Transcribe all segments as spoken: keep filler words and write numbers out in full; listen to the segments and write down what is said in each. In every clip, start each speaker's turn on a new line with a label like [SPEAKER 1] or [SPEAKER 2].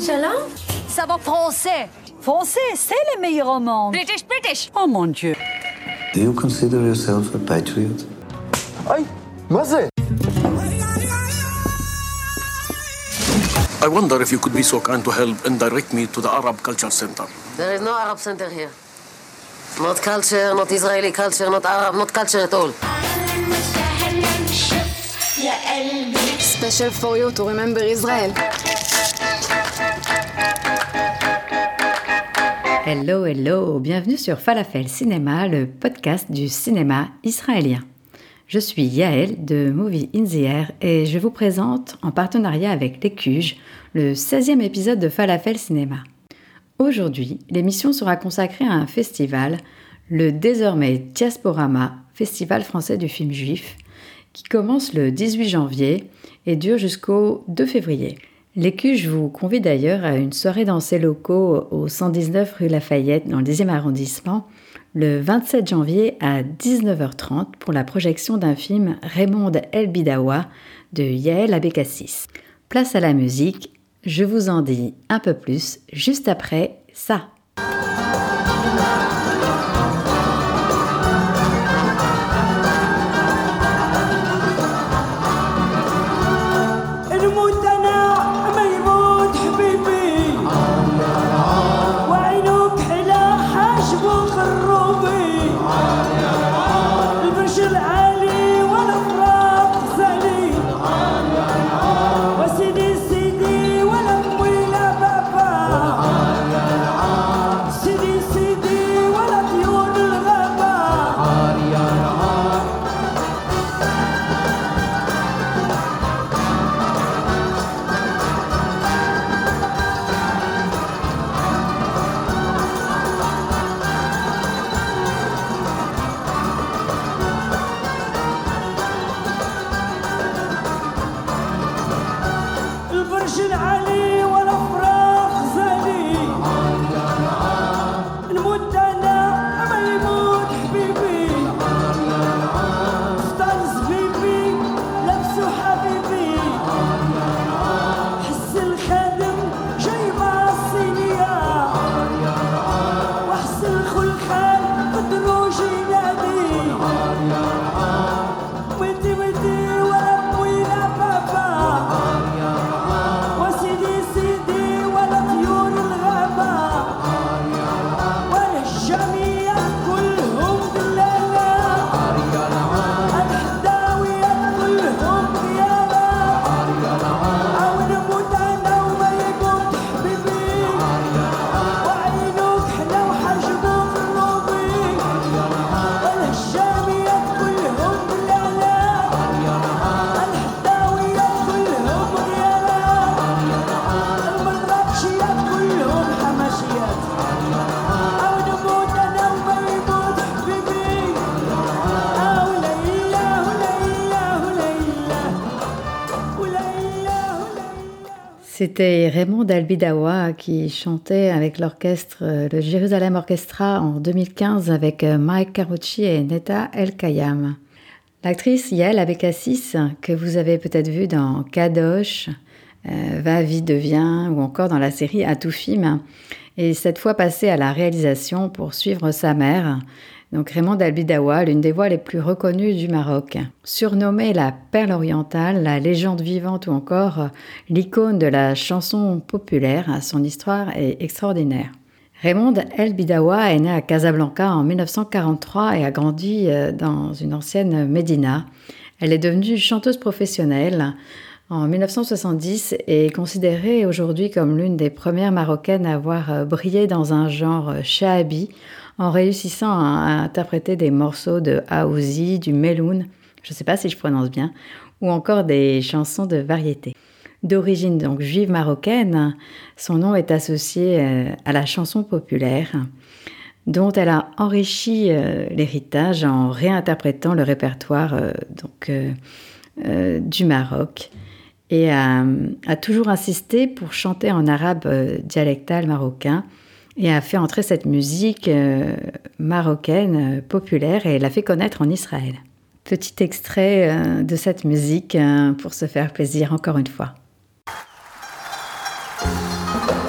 [SPEAKER 1] Shalom?
[SPEAKER 2] Ça va français. Français, c'est le meilleur au monde.
[SPEAKER 1] British, British.
[SPEAKER 2] Oh mon Dieu.
[SPEAKER 3] Do you consider yourself a patriot?
[SPEAKER 4] Ay, ما زي
[SPEAKER 5] I wonder if you could be so kind to help and direct me to the Arab Culture Center.
[SPEAKER 6] There is no Arab center here. Not culture, not Israeli culture, not Arab, not culture at all.
[SPEAKER 7] Special for you to remember Israel.
[SPEAKER 8] Hello, hello, bienvenue sur Falafel Cinéma, le podcast du cinéma israélien. Je suis Yael de Movie in the Air et je vous présente, en partenariat avec l'Écuge, le seizième épisode de Falafel Cinéma. Aujourd'hui, l'émission sera consacrée à un festival, le désormais Diasporama, Festival français du film juif, qui commence le dix-huit janvier et dure jusqu'au deux février. L'Écuge vous convie d'ailleurs à une soirée dansée locaux au cent dix-neuf rue Lafayette dans le dixième arrondissement le vingt-sept janvier à dix-neuf heures trente pour la projection d'un film Raymond El Bidawa de Yael Abekassis. Place à la musique, je vous en dis un peu plus juste après ça. C'était Raymond El Bidawa qui chantait avec l'orchestre, le Jérusalem Orchestra en deux mille quinze avec Mike Carucci et Netta El-Kayam. L'actrice Yael Abekassis, que vous avez peut-être vue dans Kadosh, euh, Va, vie, devient ou encore dans la série Atoufim, est cette fois passée à la réalisation pour suivre sa mère, donc Raymond El Bidawa, l'une des voix les plus reconnues du Maroc. Surnommée la perle orientale, la légende vivante ou encore l'icône de la chanson populaire, son histoire est extraordinaire. Raymond El Bidawa est né à Casablanca en dix-neuf cent quarante-trois et a grandi dans une ancienne médina. Elle est devenue chanteuse professionnelle en dix-neuf cent soixante-dix et est considérée aujourd'hui comme l'une des premières Marocaines à avoir brillé dans un genre shahabi, en réussissant à interpréter des morceaux de Aouzi, du Meloun, je ne sais pas si je prononce bien, ou encore des chansons de variété. D'origine donc juive marocaine, son nom est associé à la chanson populaire, dont elle a enrichi l'héritage en réinterprétant le répertoire donc, euh, euh, du Maroc et a, a toujours insisté pour chanter en arabe euh, dialectal marocain, et a fait entrer cette musique euh, marocaine euh, populaire et l'a fait connaître en Israël. Petit extrait euh, de cette musique euh, pour se faire plaisir encore une fois.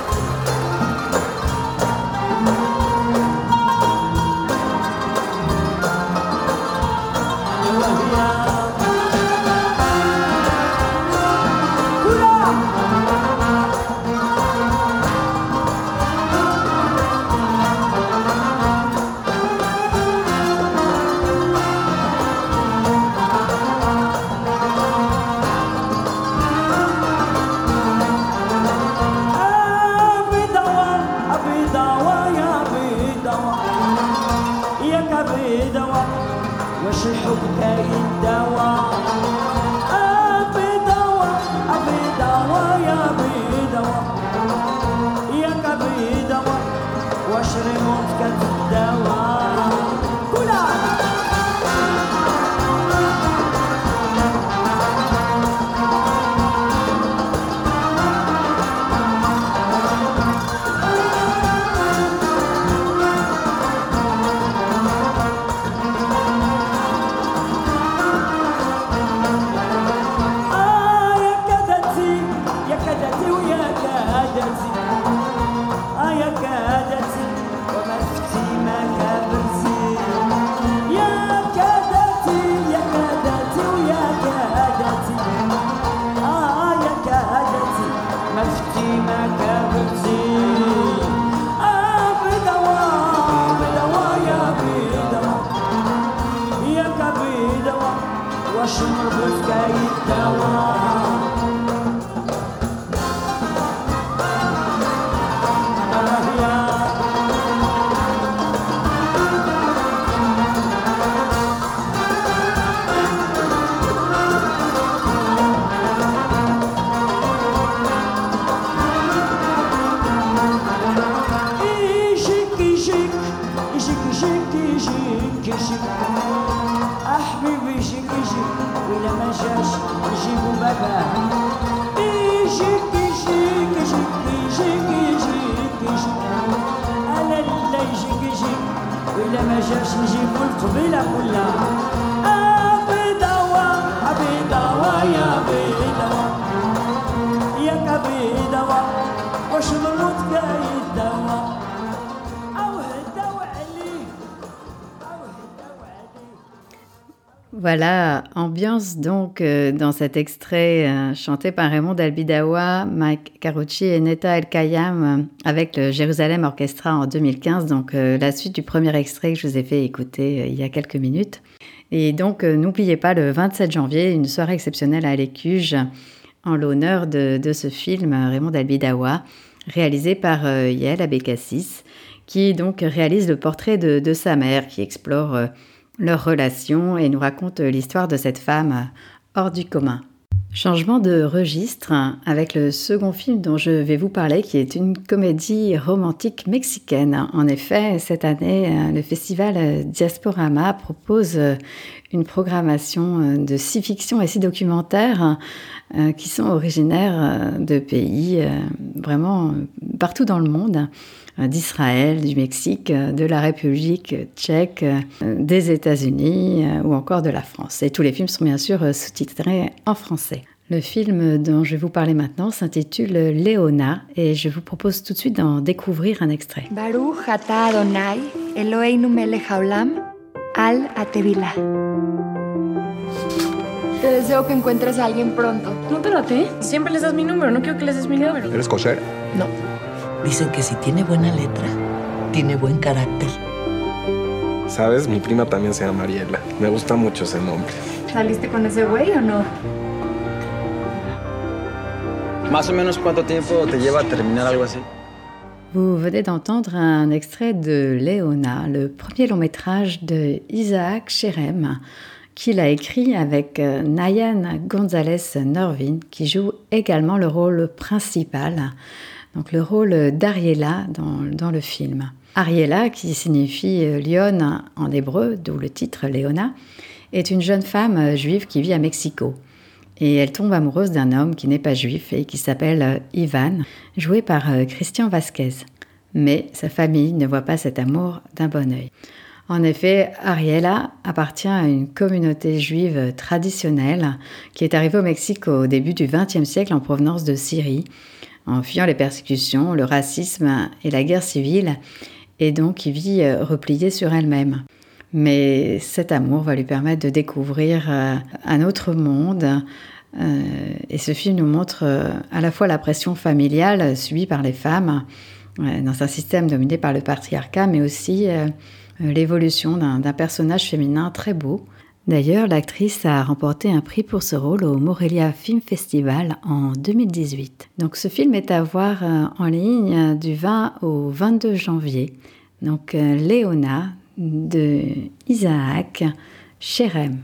[SPEAKER 1] واش الحب كاين دواء ابي دواء ابي دواء يا ابي دواء ياك ابي دواء واش ريموت كتداوى كلها
[SPEAKER 8] Voilà, ambiance donc euh, dans cet extrait euh, chanté par Raymond Dalbidawa, Mike Carucci et Netta El-Kayam euh, avec le Jérusalem Orchestra en deux mille quinze, donc euh, la suite du premier extrait que je vous ai fait écouter euh, il y a quelques minutes. Et donc euh, n'oubliez pas le vingt-sept janvier, une soirée exceptionnelle à l'Écuge en l'honneur de, de ce film Raymond Dalbidawa, réalisé par euh, Yael Abécassis, qui donc réalise le portrait de, de sa mère, qui explore euh, leur relation et nous raconte l'histoire de cette femme hors du commun. Changement de registre avec le second film dont je vais vous parler, qui est une comédie romantique mexicaine. En effet, cette année, le festival Diasporama propose une programmation de six fictions et six documentaires qui sont originaires de pays vraiment partout dans le monde, d'Israël, du Mexique, de la République tchèque, des États-Unis ou encore de la France. Et tous les films sont bien sûr sous-titrés en français. Le film dont je vais vous parler maintenant s'intitule Léona et je vous propose tout de suite d'en découvrir un extrait.
[SPEAKER 9] Baruch ata Adonai, Eloheinu melech haolam, al atevila. Te deseo que encuentres a alguien pronto.
[SPEAKER 10] No te late. Siempre les das mi número. No quiero que les des mi número.
[SPEAKER 11] ¿Eres kosher?
[SPEAKER 10] No.
[SPEAKER 12] Dicen que si tiene buena letra, tiene buen carácter.
[SPEAKER 11] ¿Sabes? Mi prima también se llama Mariela. Me gusta mucho ese nombre.
[SPEAKER 9] ¿Saliste con ese güey o no?
[SPEAKER 13] Más o menos cuánto tiempo te lleva a terminar algo así?
[SPEAKER 8] Vous venez d'entendre un extrait de Léona, le premier long métrage de Isaac Sherem, qu'il a écrit avec Nayan González-Norvin, qui joue également le rôle principal. Donc le rôle d'Ariela dans, dans le film. Ariela, qui signifie lionne en hébreu, d'où le titre Léona, est une jeune femme juive qui vit à Mexico. Et elle tombe amoureuse d'un homme qui n'est pas juif et qui s'appelle Ivan, joué par Christian Vasquez. Mais sa famille ne voit pas cet amour d'un bon œil. En effet, Ariela appartient à une communauté juive traditionnelle qui est arrivée au Mexique au début du vingtième siècle en provenance de Syrie, en fuyant les persécutions, le racisme et la guerre civile, et donc qui vit repliée sur elle-même. Mais cet amour va lui permettre de découvrir un autre monde, et ce film nous montre à la fois la pression familiale subie par les femmes dans un système dominé par le patriarcat, mais aussi l'évolution d'un, d'un personnage féminin très beau. D'ailleurs, l'actrice a remporté un prix pour ce rôle au Morelia Film Festival en deux mille dix-huit. Donc ce film est à voir en ligne du vingt au vingt-deux janvier. Donc Léona de Isaac Cherem.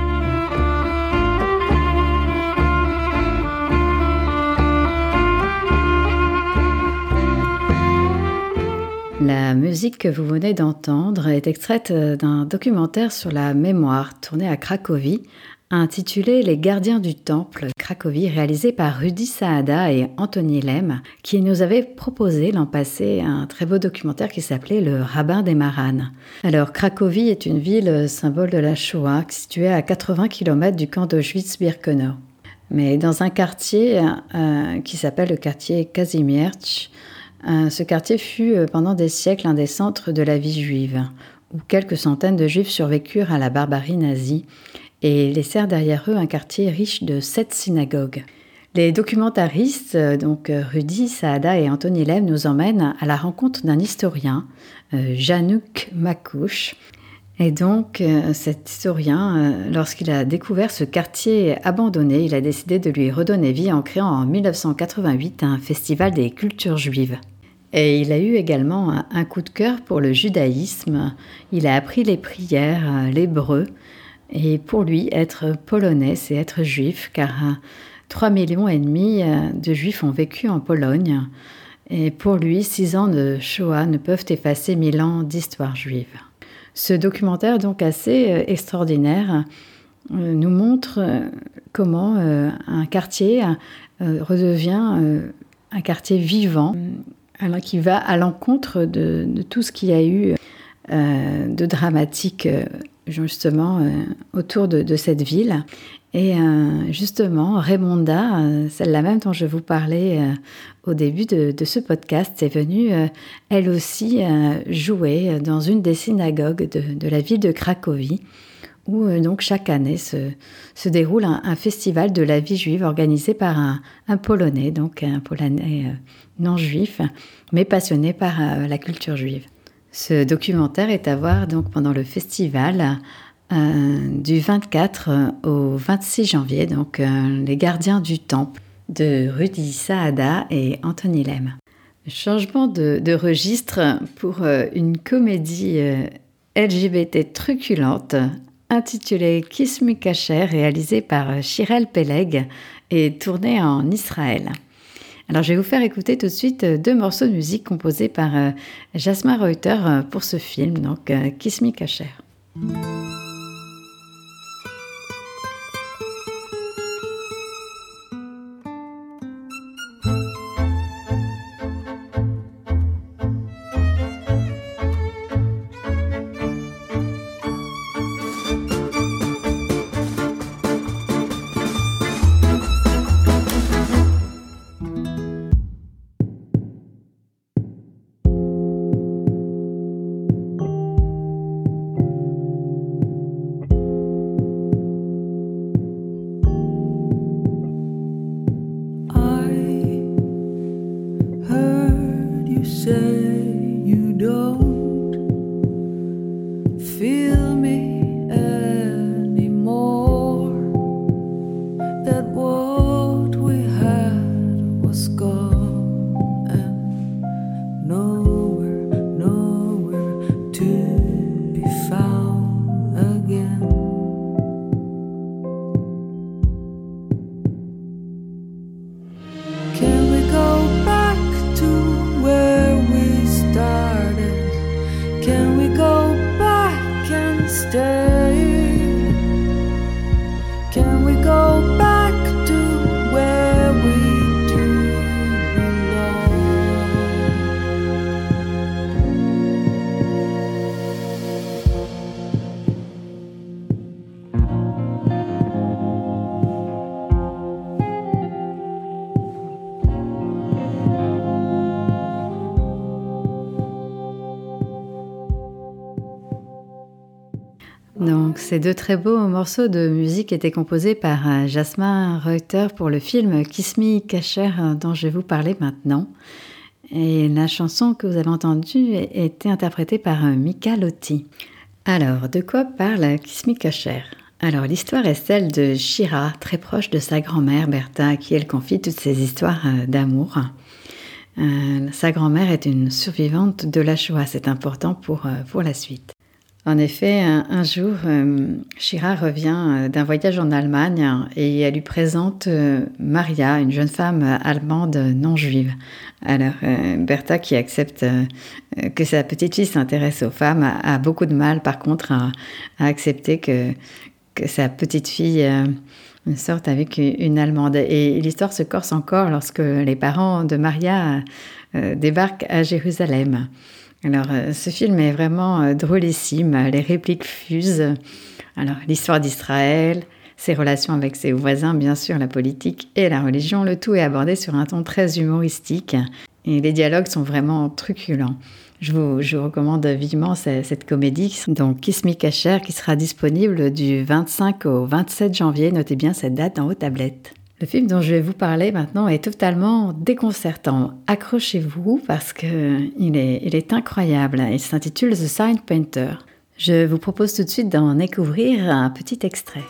[SPEAKER 8] La musique que vous venez d'entendre est extraite d'un documentaire sur la mémoire tourné à Cracovie, intitulé « Les gardiens du temple Cracovie », réalisé par Rudi Saada et Anthony Lem, qui nous avaient proposé l'an passé un très beau documentaire qui s'appelait « Le rabbin des Maranes ». Alors, Cracovie est une ville symbole de la Shoah, située à quatre-vingts kilomètres du camp d'Auschwitz-Birkenau. Mais dans un quartier euh, qui s'appelle le quartier Kazimierz, euh, ce quartier fut euh, pendant des siècles un des centres de la vie juive, où quelques centaines de juifs survécurent à la barbarie nazie et laissèrent derrière eux un quartier riche de sept synagogues. Les documentaristes, donc Rudi Saada et Anthony Lem, nous emmènent à la rencontre d'un historien, euh, Janouk Makouche. Et donc, euh, cet historien, euh, lorsqu'il a découvert ce quartier abandonné, il a décidé de lui redonner vie en créant en dix-neuf cent quatre-vingt-huit un festival des cultures juives. Et il a eu également un, un coup de cœur pour le judaïsme. Il a appris les prières, euh, l'hébreu. Et pour lui, être polonais, c'est être juif, car euh, trois millions et demi euh, de juifs ont vécu en Pologne. Et pour lui, six ans de Shoah ne peuvent effacer mille ans d'histoire juive. Ce documentaire, donc assez euh, extraordinaire, euh, nous montre euh, comment euh, un quartier euh, redevient euh, un quartier vivant, alors qui va à l'encontre de, de tout ce qu'il y a eu euh, de dramatique euh, justement euh, autour de, de cette ville. Et euh, justement, Raymonda, euh, celle-là même dont je vous parlais euh, au début de, de ce podcast, est venue euh, elle aussi euh, jouer dans une des synagogues de, de la ville de Cracovie, où euh, donc chaque année se, se déroule un, un festival de la vie juive organisé par un, un Polonais, donc un Polonais euh, non juif, mais passionné par euh, la culture juive. Ce documentaire est à voir donc pendant le festival euh, du vingt-quatre au vingt-six janvier, donc euh, Les gardiens du temple de Rudi Saada et Anthony Lem. Changement de, de registre pour euh, une comédie euh, L G B T truculente intitulée Kiss Me Kasher, réalisée par Shirel Peleg et tournée en Israël. Alors, je vais vous faire écouter tout de suite deux morceaux de musique composés par euh, Jasmin Reuter pour ce film, donc euh, Kiss Me Kasher. Donc, ces deux très beaux morceaux de musique étaient composés par Jasmin Reuter pour le film Kiss Me Kasher dont je vais vous parler maintenant. Et la chanson que vous avez entendue était interprétée par Mika Lotti. Alors, de quoi parle Kiss Me Kasher ? Alors, l'histoire est celle de Shira, très proche de sa grand-mère Bertha, à qui elle confie toutes ses histoires d'amour. Euh, sa grand-mère est une survivante de la Shoah, c'est important pour, pour la suite. En effet, un, un jour, euh, Shira revient d'un voyage en Allemagne et elle lui présente euh, Maria, une jeune femme allemande non juive. Alors, euh, Bertha, qui accepte euh, que sa petite fille s'intéresse aux femmes, a, a beaucoup de mal, par contre, à, à accepter que, que sa petite fille euh, sorte avec une Allemande. Et l'histoire se corse encore lorsque les parents de Maria euh, débarquent à Jérusalem. Alors, euh, ce film est vraiment euh, drôlissime, les répliques fusent. Alors, l'histoire d'Israël, ses relations avec ses voisins, bien sûr, la politique et la religion, le tout est abordé sur un ton très humoristique. Et les dialogues sont vraiment truculents. Je vous, je vous recommande vivement cette, cette comédie, donc Kiss Me Kasher, qui sera disponible du vingt-cinq au vingt-sept janvier. Notez bien cette date dans vos tablettes. Le film dont je vais vous parler maintenant est totalement déconcertant. Accrochez-vous parce qu'il est, il est incroyable. Il s'intitule The Sign Painter. Je vous propose tout de suite d'en découvrir un petit extrait.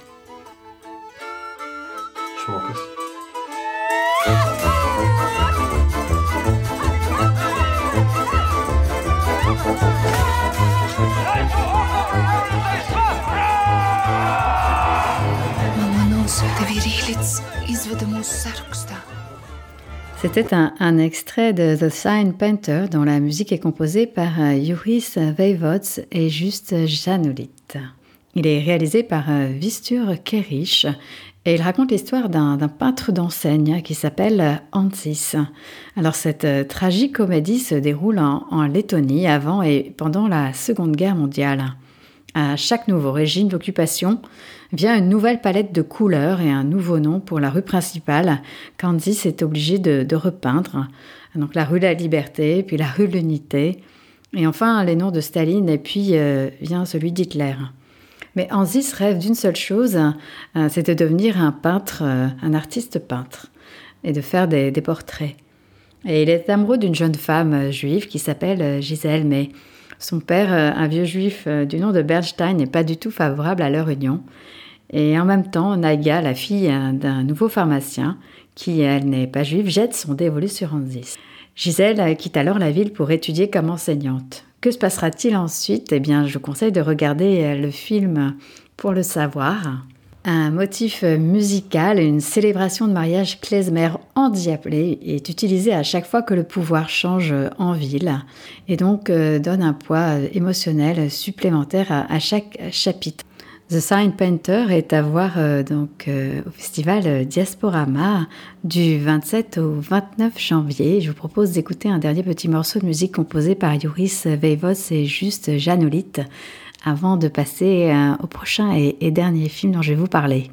[SPEAKER 14] Schmuckes.
[SPEAKER 8] C'était un, un extrait de The Sign Painter dont la musique est composée par Joris Veivods et Just Janolit. Il est réalisé par Vistur Kerich et il raconte l'histoire d'un, d'un peintre d'enseigne qui s'appelle Ansis. Alors cette tragique comédie se déroule en, en Lettonie avant et pendant la Seconde Guerre mondiale. À chaque nouveau régime d'occupation vient une nouvelle palette de couleurs et un nouveau nom pour la rue principale qu'Ansis est obligé de, de repeindre. Donc la rue de la Liberté, puis la rue de l'Unité, et enfin les noms de Staline, et puis euh, vient celui d'Hitler. Mais Ansis rêve d'une seule chose, euh, c'est de devenir un peintre, euh, un artiste peintre, et de faire des, des portraits. Et il est amoureux d'une jeune femme euh, juive qui s'appelle euh, Gisèle, mais son père, euh, un vieux juif euh, du nom de Bernstein, n'est pas du tout favorable à leur union. Et en même temps, Naga, la fille euh, d'un nouveau pharmacien, qui, elle, n'est pas juive, jette son dévolu sur Ansis. Gisèle euh, quitte alors la ville pour étudier comme enseignante. Que se passera-t-il ensuite ? Eh bien, je vous conseille de regarder le film pour le savoir. Un motif musical, une célébration de mariage klezmer endiablée est utilisé à chaque fois que le pouvoir change en ville et donc euh, donne un poids émotionnel supplémentaire à, à chaque chapitre. The Sign Painter est à voir euh, donc, euh, au festival Diasporama du vingt-sept au vingt-neuf janvier. Je vous propose d'écouter un dernier petit morceau de musique composé par Joris Veivods et Just Janolit avant de passer euh, au prochain et, et dernier film dont je vais vous parler.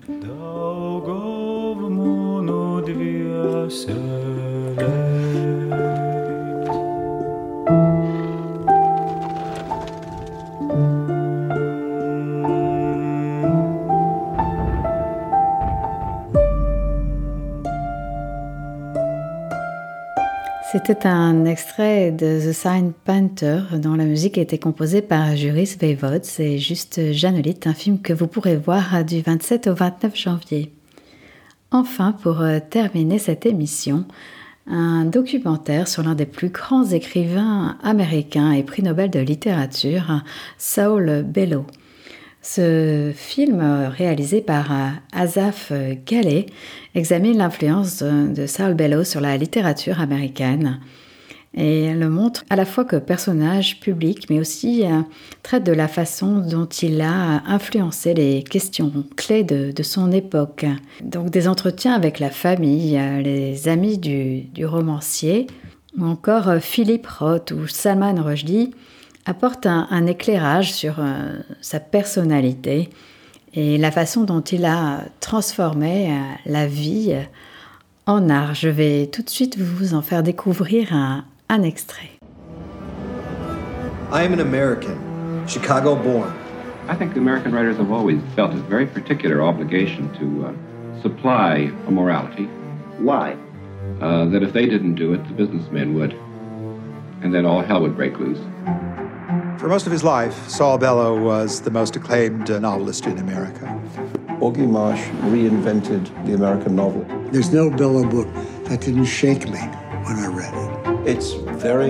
[SPEAKER 8] C'était un extrait de The Sign Painter dont la musique a été composée par Joris Veivods et Just Janolit, un film que vous pourrez voir du vingt-sept au vingt-neuf janvier. Enfin, pour terminer cette émission, un documentaire sur l'un des plus grands écrivains américains et prix Nobel de littérature, Saul Bellow. Ce film, réalisé par Asaph Galley, examine l'influence de Saul Bellow sur la littérature américaine et le montre à la fois que personnage public, mais aussi traite de la façon dont il a influencé les questions clés de, de son époque. Donc des entretiens avec la famille, les amis du, du romancier, ou encore Philippe Roth ou Salman Rushdie, apporte un, un éclairage sur euh, sa personnalité et la façon dont il a transformé euh, la vie euh, en art. Je vais tout de suite vous en faire découvrir un, un extrait.
[SPEAKER 15] I am an American, Chicago born.
[SPEAKER 16] I think the American writers have always felt a very particular obligation to uh, supply a morality.
[SPEAKER 15] Why?
[SPEAKER 16] Uh, that if they didn't do it, the businessmen would. And then all hell would break loose.
[SPEAKER 17] For most of his life, Saul Bellow was the most acclaimed uh, novelist in America.
[SPEAKER 18] Augie Marsh reinvented the American novel.
[SPEAKER 19] There's no Bellow book that didn't shake me when I read it.
[SPEAKER 18] It's very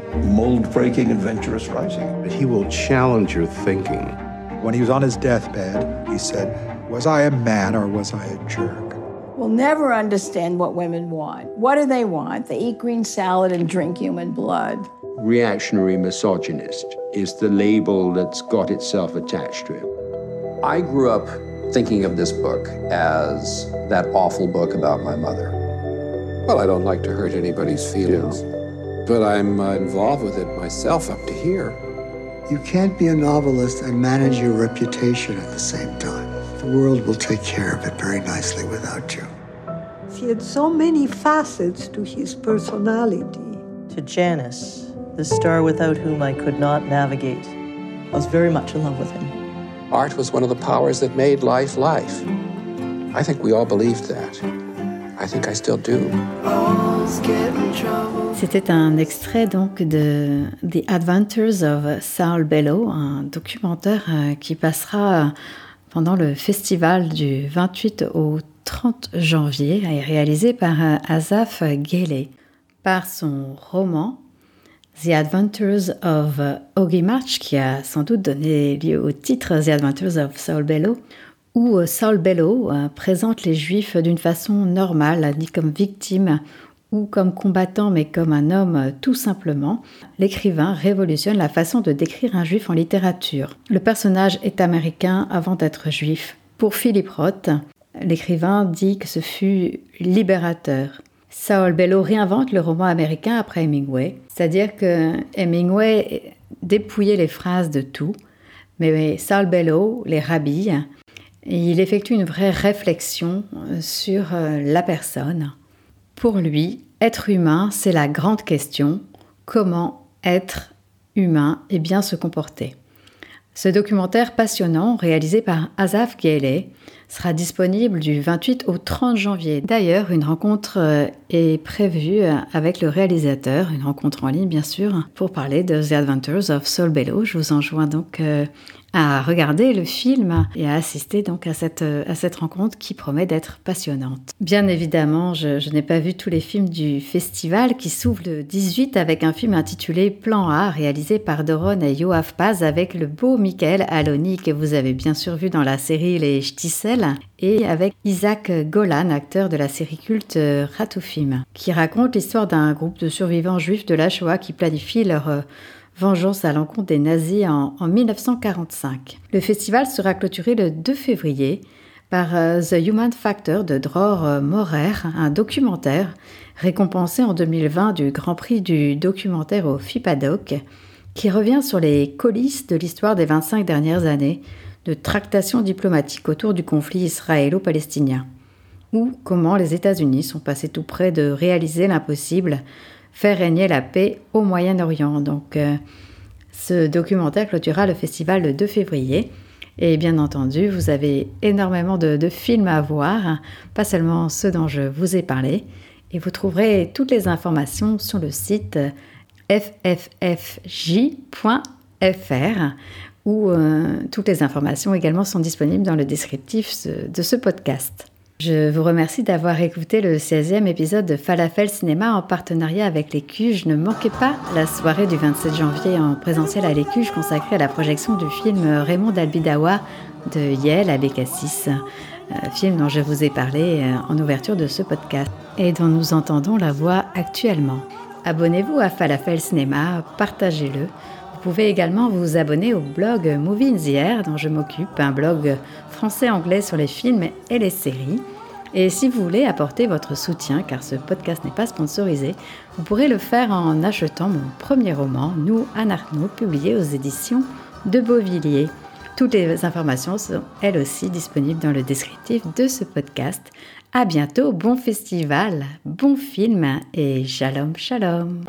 [SPEAKER 18] mold-breaking, adventurous writing.
[SPEAKER 17] He will challenge your thinking. When he was on his deathbed, he said, "Was I a man or was I a jerk?"
[SPEAKER 14] We'll never understand what women want. What do they want? They eat green salad and drink human blood.
[SPEAKER 19] Reactionary misogynist is the label that's got itself attached to it.
[SPEAKER 20] I grew up thinking of this book as that awful book about my mother. Well, I don't like to hurt anybody's feelings, yeah. but I'm uh, involved with it myself up to here.
[SPEAKER 21] You can't be a novelist and manage your reputation at the same time. The world will take care of it very nicely without you.
[SPEAKER 22] He had so many facets to his personality.
[SPEAKER 23] To Janice, the star without whom I could not navigate. I was very much in love with him.
[SPEAKER 20] Art was one of the powers that made life life. I think we all believed that. I think I still do.
[SPEAKER 8] C'était un extrait donc de The Adventures of Saul Bellow, un documentaire qui passera pendant le festival du vingt-huit au trente janvier et réalisé par Asaph Gailey. Par son roman The Adventures of Augie March, qui a sans doute donné lieu au titre The Adventures of Saul Bellow, où Saul Bellow présente les Juifs d'une façon normale, ni comme victimes ou comme combattants, mais comme un homme tout simplement. L'écrivain révolutionne la façon de décrire un Juif en littérature. Le personnage est américain avant d'être juif. Pour Philip Roth, l'écrivain dit que ce fut libérateur. Saul Bellow réinvente le roman américain après Hemingway, c'est-à-dire que Hemingway dépouillait les phrases de tout, mais Saul Bellow les rhabille et il effectue une vraie réflexion sur la personne. Pour lui, être humain, c'est la grande question, comment être humain et bien se comporter. Ce documentaire passionnant, réalisé par Asaph Gailey, sera disponible du vingt-huit au trente janvier. D'ailleurs, une rencontre est prévue avec le réalisateur, une rencontre en ligne bien sûr, pour parler de The Adventures of Saul Bellow. Je vous enjoins donc à regarder le film et à assister donc à cette, à cette rencontre qui promet d'être passionnante. Bien évidemment, je, je n'ai pas vu tous les films du festival qui s'ouvre le dix-huit avec un film intitulé Plan A, réalisé par Doron et Yoav Paz avec le beau Michael Aloni que vous avez bien sûr vu dans la série Les Shtisel et avec Isaac Golan, acteur de la série culte Ratoufim, qui raconte l'histoire d'un groupe de survivants juifs de la Shoah qui planifient leur vengeance à l'encontre des nazis en, en dix-neuf cent quarante-cinq. Le festival sera clôturé le deux février par uh, The Human Factor de Dror Morer, un documentaire récompensé en deux mille vingt du Grand Prix du documentaire au FIPADOC, qui revient sur les coulisses de l'histoire des vingt-cinq dernières années de tractations diplomatiques autour du conflit israélo-palestinien, ou comment les États-Unis sont passés tout près de réaliser l'impossible, faire régner la paix au Moyen-Orient. Donc, euh, ce documentaire clôturera le festival le deux février. Et bien entendu, vous avez énormément de, de films à voir, pas seulement ceux dont je vous ai parlé. Et vous trouverez toutes les informations sur le site f f f j point f r où euh, toutes les informations également sont disponibles dans le descriptif de ce podcast. Je vous remercie d'avoir écouté le seizième épisode de Falafel Cinéma en partenariat avec l'E Q. Je ne manquez pas la soirée du vingt-sept janvier en présentiel à l'E Q consacrée à la projection du film Raymond d'Albidawa de Yael Abécassis, film dont je vous ai parlé en ouverture de ce podcast et dont nous entendons la voix actuellement. Abonnez-vous à Falafel Cinéma, partagez-le. Vous pouvez également vous abonner au blog Movie in the Air dont je m'occupe, un blog français-anglais sur les films et les séries. Et si vous voulez apporter votre soutien, car ce podcast n'est pas sponsorisé, vous pourrez le faire en achetant mon premier roman, Nous, Anne Arnaud, publié aux éditions de Beauvilliers. Toutes les informations sont elles aussi disponibles dans le descriptif de ce podcast. À bientôt, bon festival, bon film et shalom shalom.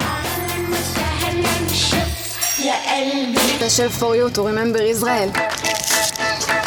[SPEAKER 7] Rachel, for you to remember Israel.